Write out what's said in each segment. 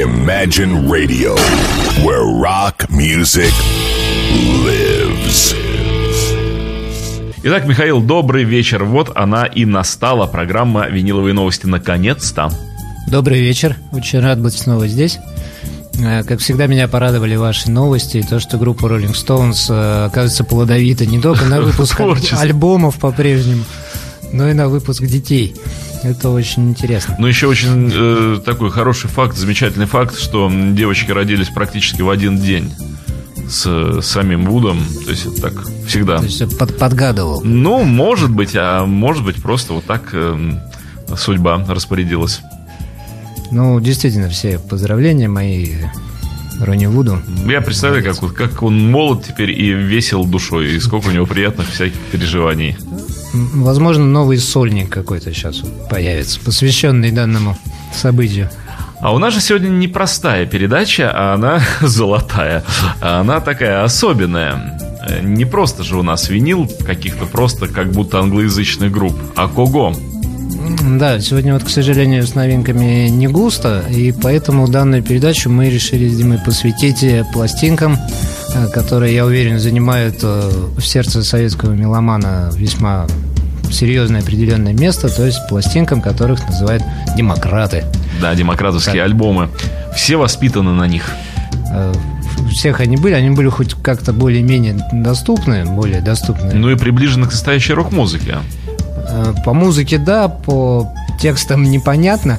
Imagine Radio, where rock music lives. Итак, Михаил, добрый вечер. Вот она и настала, программа «Виниловые новости» наконец-то. Добрый вечер. Очень рад быть снова здесь. Как всегда, меня порадовали ваши новости и то, что группа Rolling Stones оказывается плодовита не только на выпуск альбомов по-прежнему, но и на выпуск детей. Это очень интересно. Ну, еще очень такой хороший факт, замечательный факт, что девочки родились практически в один день с самим Вудом. То есть это так всегда. То есть подгадывал. Ну, может быть, а может быть просто вот так судьба распорядилась. Ну, действительно, все поздравления мои Ронни Вуду. Я представляю, как он молод теперь и весел душой, и сколько у него приятных всяких переживаний. Возможно, новый сольник какой-то сейчас появится, посвященный данному событию. А у нас же сегодня не простая передача, а она золотая. А она такая особенная. Не просто же у нас винил каких-то просто как будто англоязычных групп, а кого? Да, сегодня вот, к сожалению, с новинками не густо, и поэтому данную передачу мы решили с Димой посвятить пластинкам, которые, я уверен, занимают в сердце советского меломана весьма серьезное определенное место, то есть пластинкам, которых называют демократы. Да, демократовские альбомы. Все воспитаны на них. Всех они были хоть как-то более-менее доступны, более доступны. Ну и приближены к настоящей рок-музыке. По музыке, да, по текстам непонятно.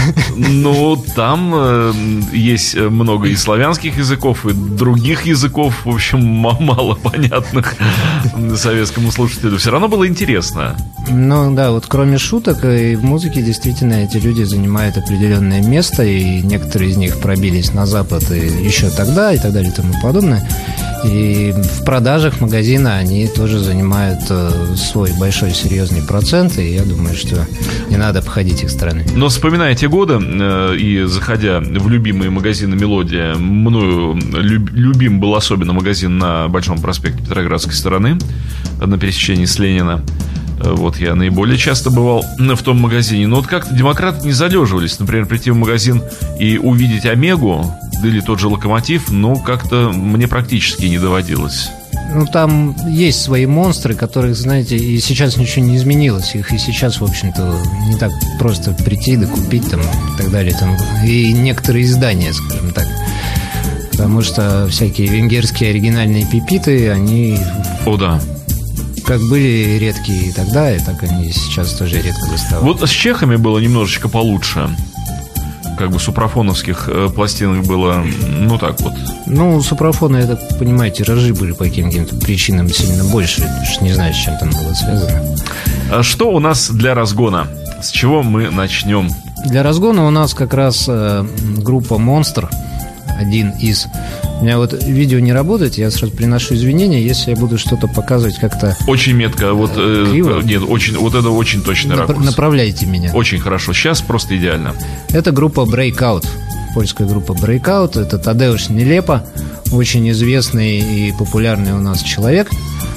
Ну, там есть много и славянских языков, и других языков, в общем, мало понятных советскому слушателю. Все равно было интересно. Ну, да, вот кроме шуток, и в музыке действительно эти люди занимают определенное место, и некоторые из них пробились на Запад и еще тогда, и так далее, и тому подобное. И в продажах магазина они тоже занимают свой большой серьезный процент, и я думаю, что не надо обходить их стороны. Но вспоминая те годы и заходя в любимые магазины «Мелодия», мною любим был особенно магазин на Большом проспекте Петроградской стороны, на пересечении с Ленина. Вот я наиболее часто бывал в том магазине. Но вот как-то демократы не залеживались. Например, прийти в магазин и увидеть Омегу или тот же Локомотив, ну, как-то мне практически не доводилось. Ну, там есть свои монстры, которых, знаете, и сейчас ничего не изменилось. Их и сейчас, в общем-то, не так просто прийти да купить там и так далее. Там. И некоторые издания, скажем так. Потому что всякие венгерские оригинальные пипиты, они... О, да. Как были редкие тогда, и так они сейчас тоже редко доставали. Вот с чехами было немножечко получше. Как бы супрафоновских пластинок было, ну так вот. Ну, у супрафона, я так понимаю, тиражи были по каким-то причинам сильно больше. Потому что не знаю, с чем там было связано. А что у нас для разгона? С чего мы начнем? Для разгона у нас как раз группа «Монстр». Один из... У меня вот видео не работает, я сразу приношу извинения, если я буду что-то показывать как-то... Очень метко, вот... нет, очень, вот это очень точный ракурс. Направляйте меня. Очень хорошо, сейчас просто идеально. Это группа Breakout, польская группа Breakout. Это Тадеуш Нелепа, очень известный и популярный у нас человек.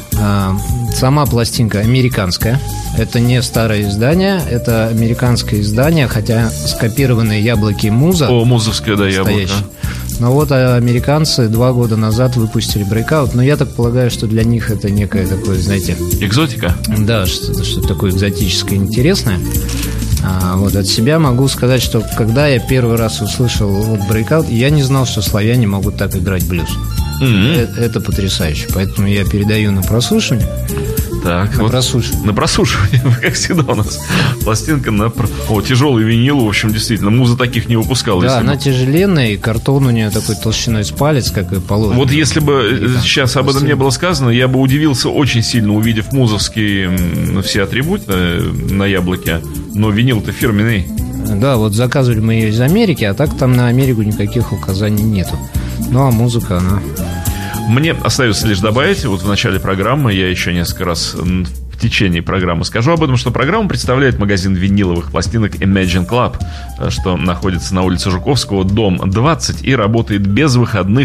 Сама пластинка американская. Это не старое издание, это американское издание, хотя скопированные яблоки Муза. О, музовское, да, яблоко. Но вот американцы 2 года назад выпустили Breakout. Но я так полагаю, что для них это некое такое, знаете... Экзотика? Да, что-то такое экзотическое, интересное. Вот от себя могу сказать, что когда я первый раз услышал вот Breakout, я не знал, что славяне могут так играть блюз. Это потрясающе. Поэтому я передаю на прослушивание. Так, на вот прослушивание. На прослушивание, как всегда у нас пластинка на... О, тяжелый винил, в общем, действительно, Муза таких не выпускала. Да, она тяжеленная, и картон у нее такой толщиной с палец, как и положено. Вот если бы сейчас об этом не было сказано, я бы удивился очень сильно, увидев музовские все атрибуты на яблоке. Но винил-то фирменный. Да, вот заказывали мы ее из Америки, а так там на Америку никаких указаний нету. Ну, а музыка, она... Мне остается лишь добавить, вот в начале программы, я еще несколько раз в течение программы скажу об этом, что программу представляет магазин виниловых пластинок Imagine Club, что находится на улице Жуковского, дом 20, и работает без выходных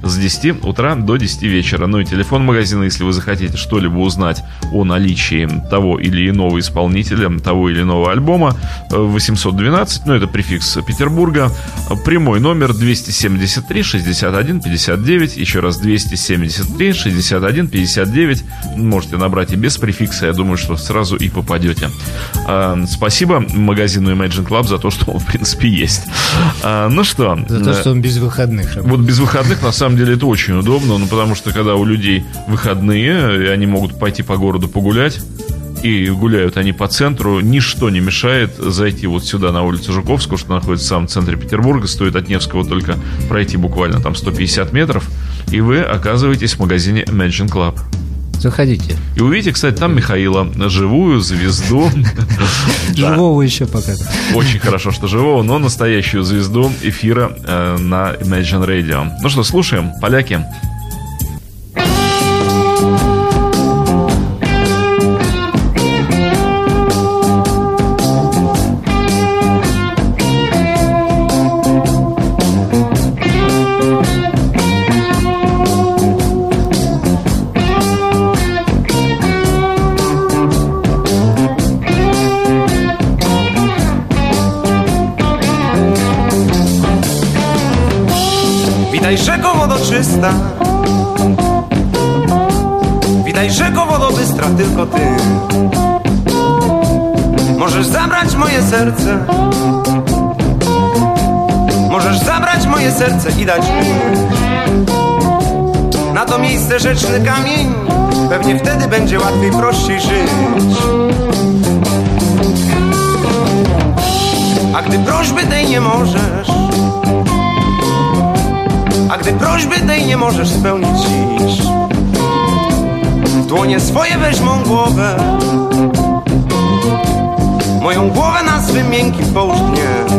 с 10 утра до 10 вечера. Ну и телефон магазина, если вы захотите что-либо узнать о наличии того или иного исполнителя, того или иного альбома, 812, ну это префикс Петербурга, прямой номер 273 61 59, еще раз 273 61 59, можете набрать и без префикса, я думаю, что сразу и попадете. Спасибо магазину Imagine Club за то, что он, в принципе, есть. Ну что... За то, что он без выходных. Вот без выходных, на самом деле, это очень удобно, ну, потому что, когда у людей выходные, и они могут пойти по городу погулять, и гуляют они по центру, ничто не мешает зайти вот сюда, на улицу Жуковского, что находится в самом центре Петербурга, стоит от Невского только пройти буквально там 150 метров, и вы оказываетесь в магазине Imagine Club. Заходите. И увидите, кстати, там Михаила, живую звезду. Живого еще пока. Очень хорошо, что живого, но настоящую звезду эфира на Imagine Radio. Ну что, слушаем, поляки. Witaj rzeko wodoczysta, witaj rzeko wodobystra, tylko ty możesz zabrać moje serce, możesz zabrać moje serce i dać mi na to miejsce rzeczny kamień, pewnie wtedy będzie łatwiej, prościej żyć. A gdy prośby tej nie możesz, a gdy prośby tej nie możesz spełnić dziś, w dłonie swoje weź mą głowę, moją głowę na swym miękkim połóż mnie.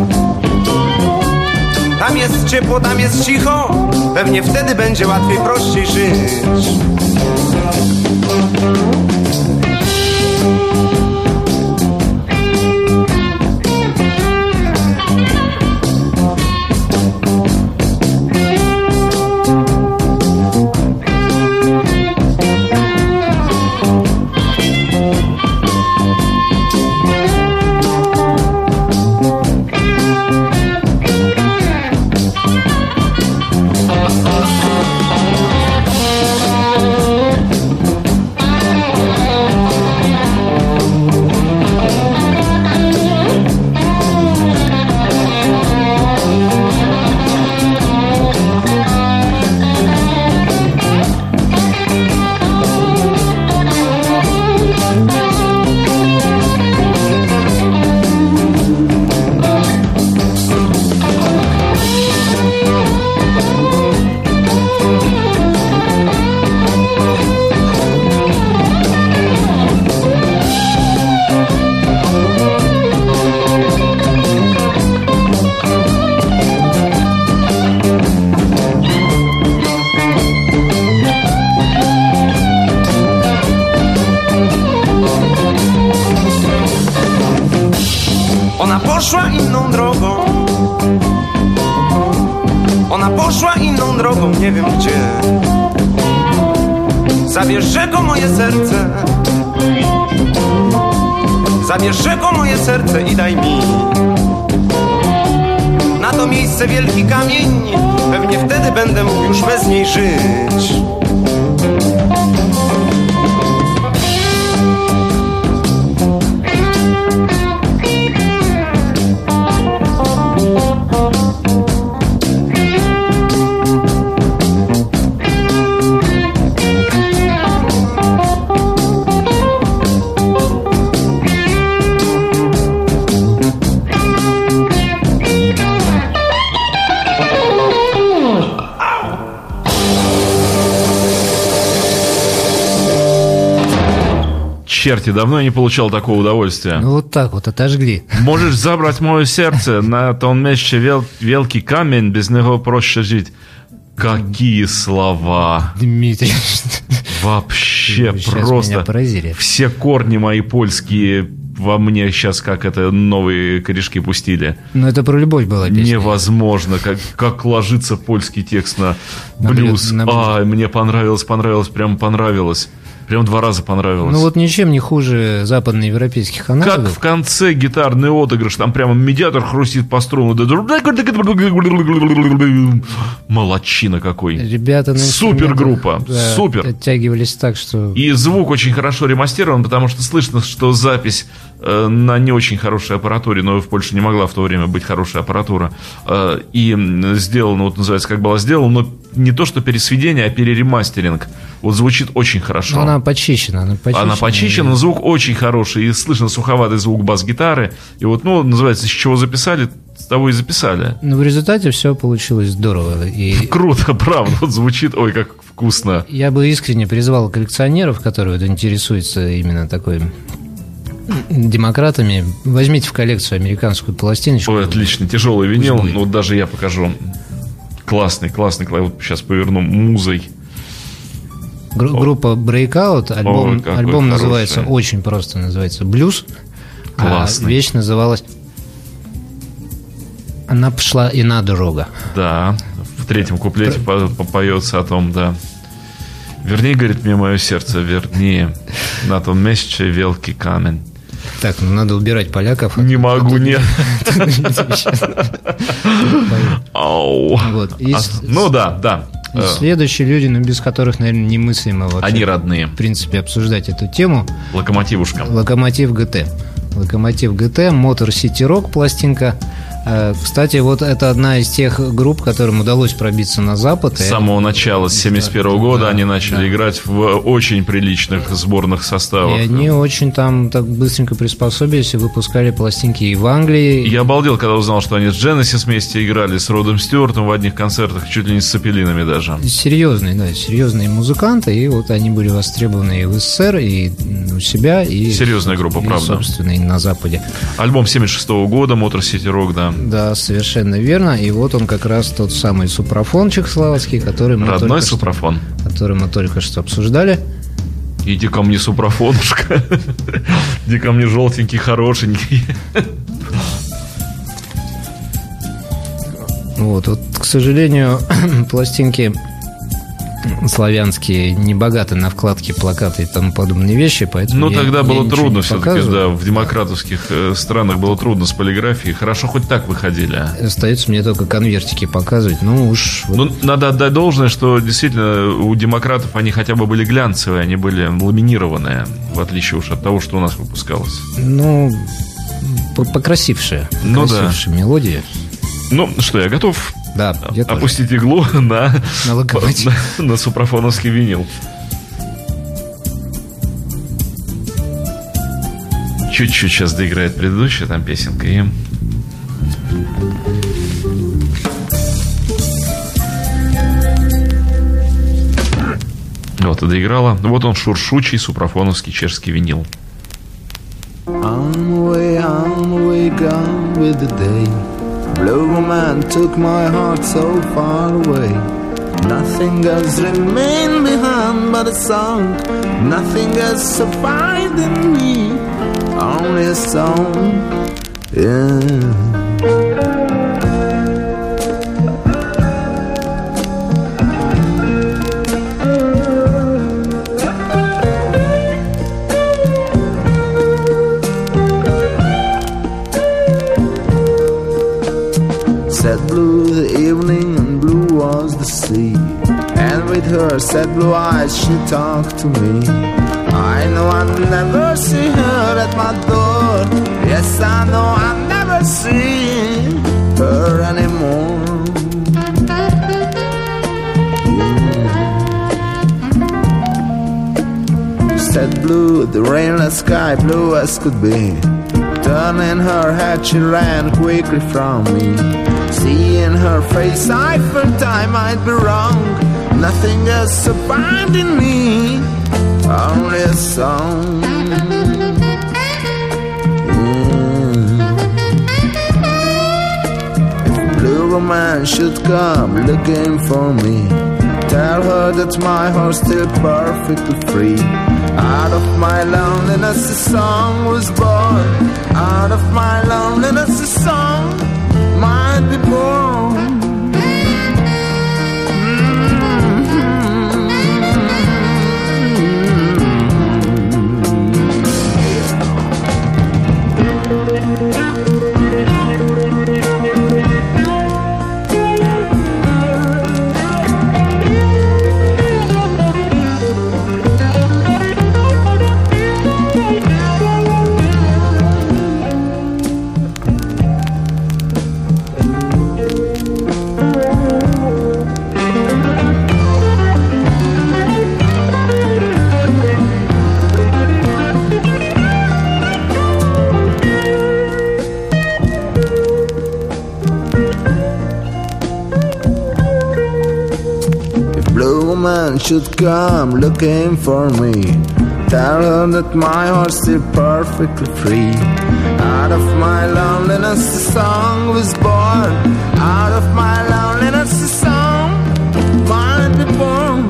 Tam jest ciepło, tam jest cicho, pewnie wtedy będzie łatwiej, prościej żyć. Ona poszła inną drogą, ona poszła inną drogą, nie wiem gdzie. Zabierz rzeko moje serce, zabierz rzeko moje serce i daj mi na to miejsce wielki kamień, pewnie wtedy będę mógł już bez niej żyć. Черти, давно я не получал такого удовольствия. Ну вот так вот, отожгли. Можешь забрать мое сердце, на том месте великий камень, без него проще жить. Какие слова. Дмитрий. Вообще Вы сейчас просто. меня поразили. Все корни мои польские во мне сейчас как это новые корешки пустили. Но это про любовь была песня. Невозможно, как ложится польский текст на блюз. Мне понравилось, прям понравилось. Прям 2 раза понравилось. Ну вот ничем не хуже западноевропейских аналогов. Как в конце гитарный отыгрыш, там прямо медиатор хрустит по струнам. Молодчина какой. Ребята на супергруппа, да, супер. Оттягивались так, что... И звук очень хорошо ремастерован, потому что слышно, что запись на не очень хорошей аппаратуре, но в Польше не могла в то время быть хорошая аппаратура, и сделано, вот называется, как была сделана, но не то, что пересведение, а переремастеринг. Вот звучит очень хорошо. Но она почищена. Она почищена, звук очень хороший, и слышно суховатый звук бас-гитары. И вот, ну, называется, с чего записали, с того и записали. Но в результате все получилось здорово. И... Круто, правда, вот звучит, ой, как вкусно. Я бы искренне призвал коллекционеров, которые вот интересуются именно такой... демократами, возьмите в коллекцию американскую пластиночку. Ой, отлично, тяжелый винил, вот даже я покажу. Классный, вот сейчас поверну музой. Группа Breakout, альбом называется, очень просто называется «Блюз». Классный. А вещь называлась «Она пошла и на дорога». Да, в 3-м куплете поется о том, да. Вернее, говорит мне мое сердце, вернее, на том месте великий камень. Так, ну надо убирать поляков. Не могу, нет. Ну да. Следующие люди, без которых, наверное, немыслимо вообще. Они родные. В принципе, обсуждать эту тему. Локомотивушка. Локомотив ГТ, Motor City Rock пластинка. Кстати, вот это одна из тех групп, которым удалось пробиться на Запад. С самого начала, с 1971 года, они начали играть в очень приличных сборных составах. И они очень там так быстренько приспособились и выпускали пластинки и в Англии. Я обалдел, когда узнал, что они с Genesis вместе играли, с Родом Стюартом в одних концертах, чуть ли не с Цепелинами даже. Серьезные музыканты, и вот они были востребованы и в СССР, и у себя, и... Серьезная группа, правда. Собственно, и на Западе. Альбом 1976 года, Motor City Rock, да. Да, совершенно верно. И вот он как раз тот самый супрафон чехословацкий, который мы родной супрафон, который мы только что обсуждали. Иди ко мне, супрафонушка. Иди ко мне, желтенький, хорошенький. Вот, к сожалению, пластинки славянские не богаты на вкладки, плакаты и тому подобные вещи, поэтому тогда было трудно все-таки, да, в демократовских странах было трудно с полиграфией. Хорошо, хоть так выходили. Остается мне только конвертики показывать, надо отдать должное, что действительно у демократов они хотя бы были глянцевые, они были ламинированные, в отличие уж от того, что у нас выпускалось. Покрасившие мелодии. Что, я готов... Да, опустить иглу на супрафоновский винил. Чуть-чуть сейчас доиграет предыдущая там песенка и... Вот и доиграла. Вот он, шуршучий супрафоновский чешский винил. Blue man took my heart so far away. Nothing else remained behind but a song. Nothing else survived in me. Only a song, yeah. Said blue the evening and blue was the sea. And with her sad blue eyes she talked to me. I know I'll never see her at my door. Yes, I know I'll never see her anymore. Said blue, the rainless sky blue as could be. Turning her head she ran quickly from me. Seeing her face, I felt I might be wrong. Nothing else survived in me, only a song. If a blue man should come looking for me, Tell her that my heart's still perfectly free. Out of my loneliness a song was born. Out of my loneliness a song might be born. Man should come looking for me. Tell her that my heart's still perfectly free. Out of my loneliness a song was born. Out of my loneliness a song might be born.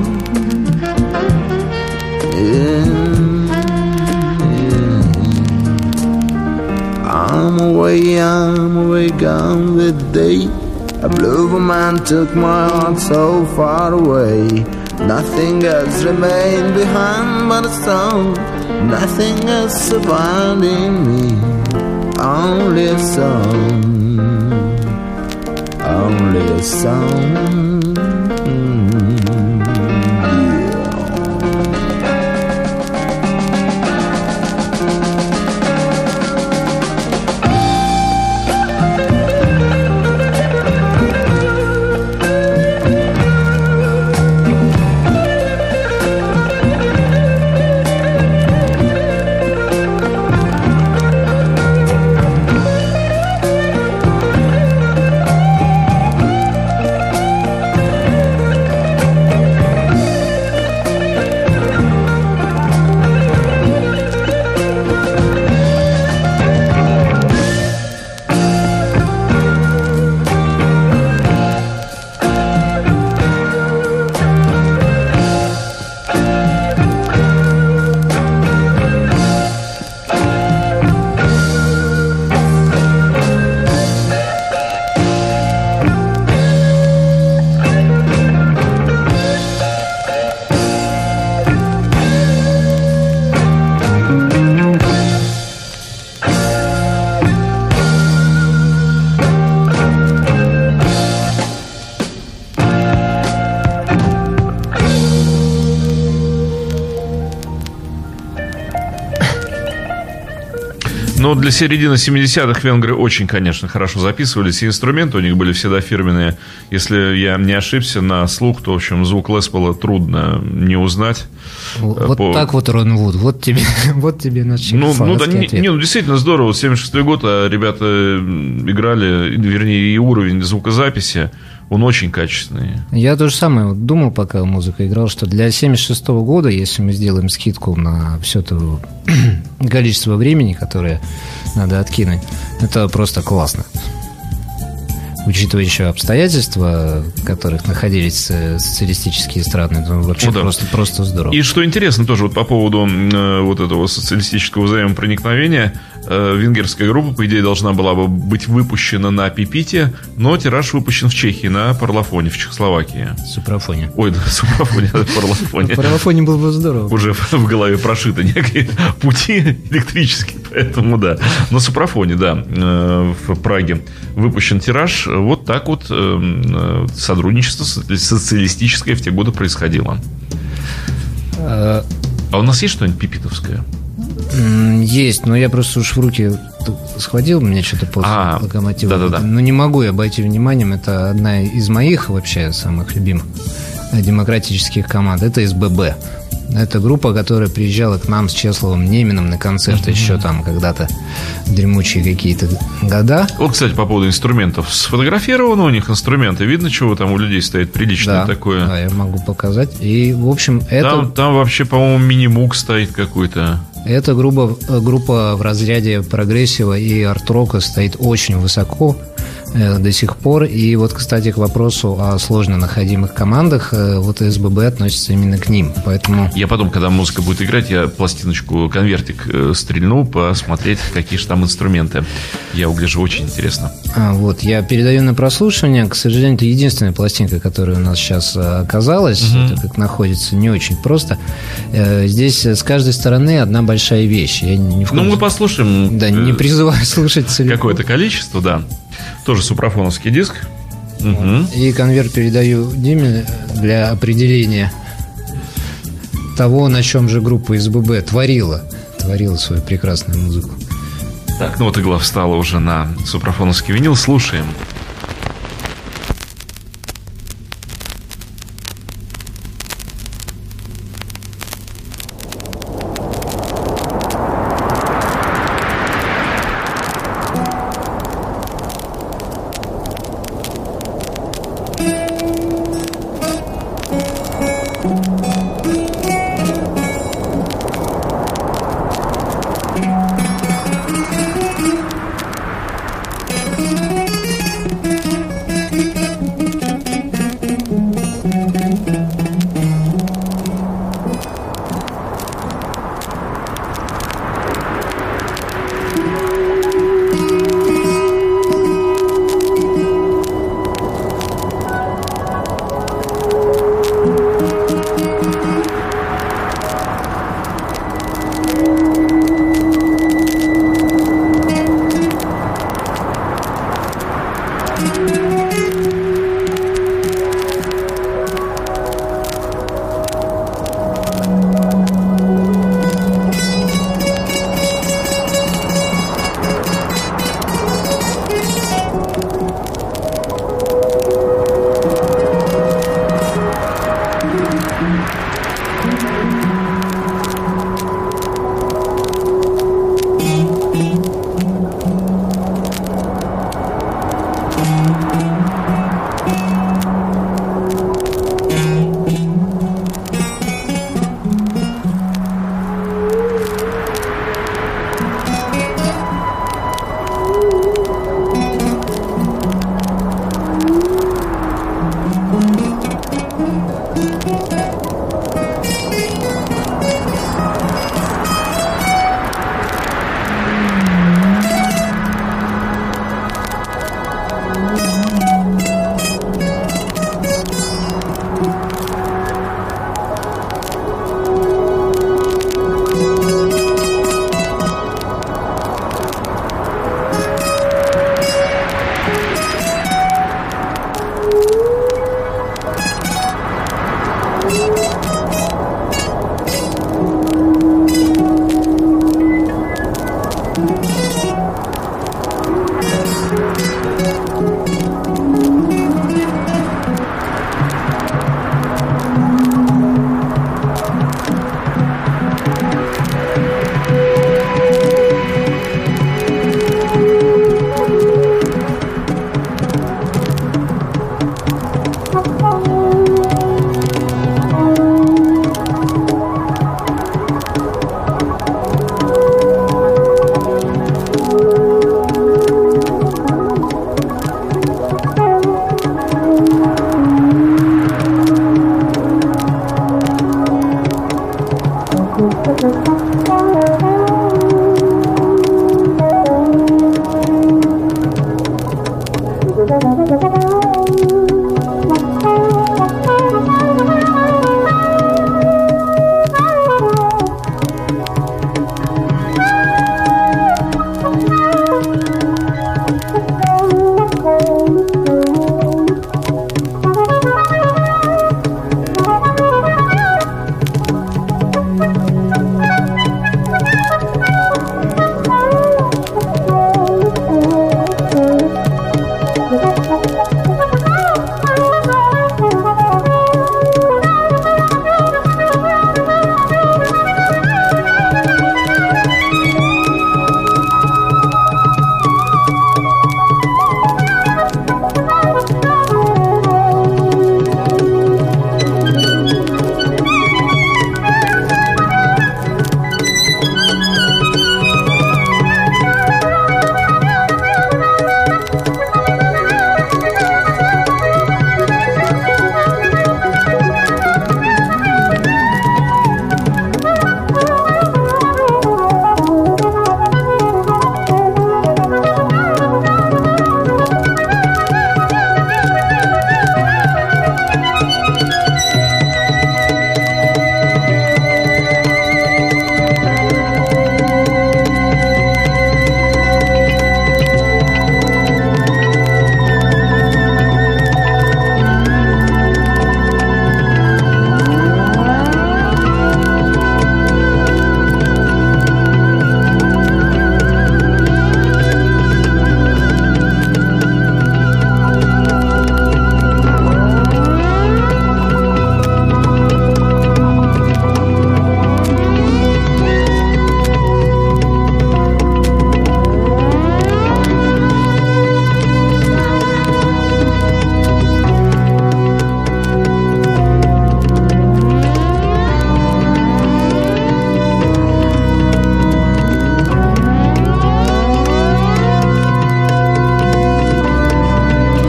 I'm away, gone with the day. A blue man took my heart so far away. Nothing else remained behind but a song. Nothing else survived in me. Only a song. Only a song. Но для середины 70-х венгры очень, конечно, хорошо записывались. И инструменты у них были всегда фирменные. Если я не ошибся на слух, то, в общем, звук Лес Пола трудно не узнать. Вот так вот, Рон Вуд. Вот тебе наш действительно здорово. 76-й год, а ребята играли, вернее, и уровень звукозаписи, он очень качественный. Я то же самое думал, пока музыка играла, что для 76-го года, если мы сделаем скидку на все то количество времени, которое надо откинуть, это просто классно. Учитывая еще обстоятельства, в которых находились социалистические страны, это вообще просто здорово. И что интересно тоже вот по поводу вот этого социалистического взаимопроникновения, венгерская группа, по идее, должна была бы быть выпущена на Пипите, но тираж выпущен в Чехии на Парлофоне, в Чехословакии. Супрафоне. Ой, да, Супрафоне, Парлофоне. Парлофоне было бы здорово. Уже в голове прошиты некие пути электрические, поэтому да. На Супрафоне, да, в Праге выпущен тираж. Вот так вот сотрудничество социалистическое в те годы происходило. А у нас есть что-нибудь пипитовское? Есть, но я просто уж в руки схватил, мне что-то после Локомотива. Да. Но не могу я обойти вниманием. Это одна из моих вообще самых любимых демократических команд. Это СББ. Это группа, которая приезжала к нам с Чесловым Неминым на концерты еще там когда-то дремучие какие-то года. Вот, кстати, по поводу инструментов. Сфотографированы у них инструменты. Видно, чего там у людей стоит приличное такое. Да, я могу показать. И, в общем, это... Там вообще, по-моему, мини-мук стоит какой-то. Эта группа в разряде прогрессива и арт-рока стоит очень высоко. до сих пор. И вот, кстати, к вопросу о сложно находимых командах, вот СББ относится именно к ним. Поэтому... Я потом, когда музыка будет играть, я пластиночку, конвертик стрельну, посмотреть, какие же там инструменты. Я угляжу, очень интересно. Вот, я передаю на прослушивание. К сожалению, это единственная пластинка, которая у нас сейчас оказалась. Это как находится не очень просто. Здесь с каждой стороны одна большая вещь. Я ни в коем... мы послушаем. Да, не призываю слушать целиком. Какое-то количество, да. Тоже супрафоновский диск. И конверт передаю Диме для определения того, на чем же группа СББ творила свою прекрасную музыку. Так, ну вот игла встала уже на супрафоновский винил. Слушаем.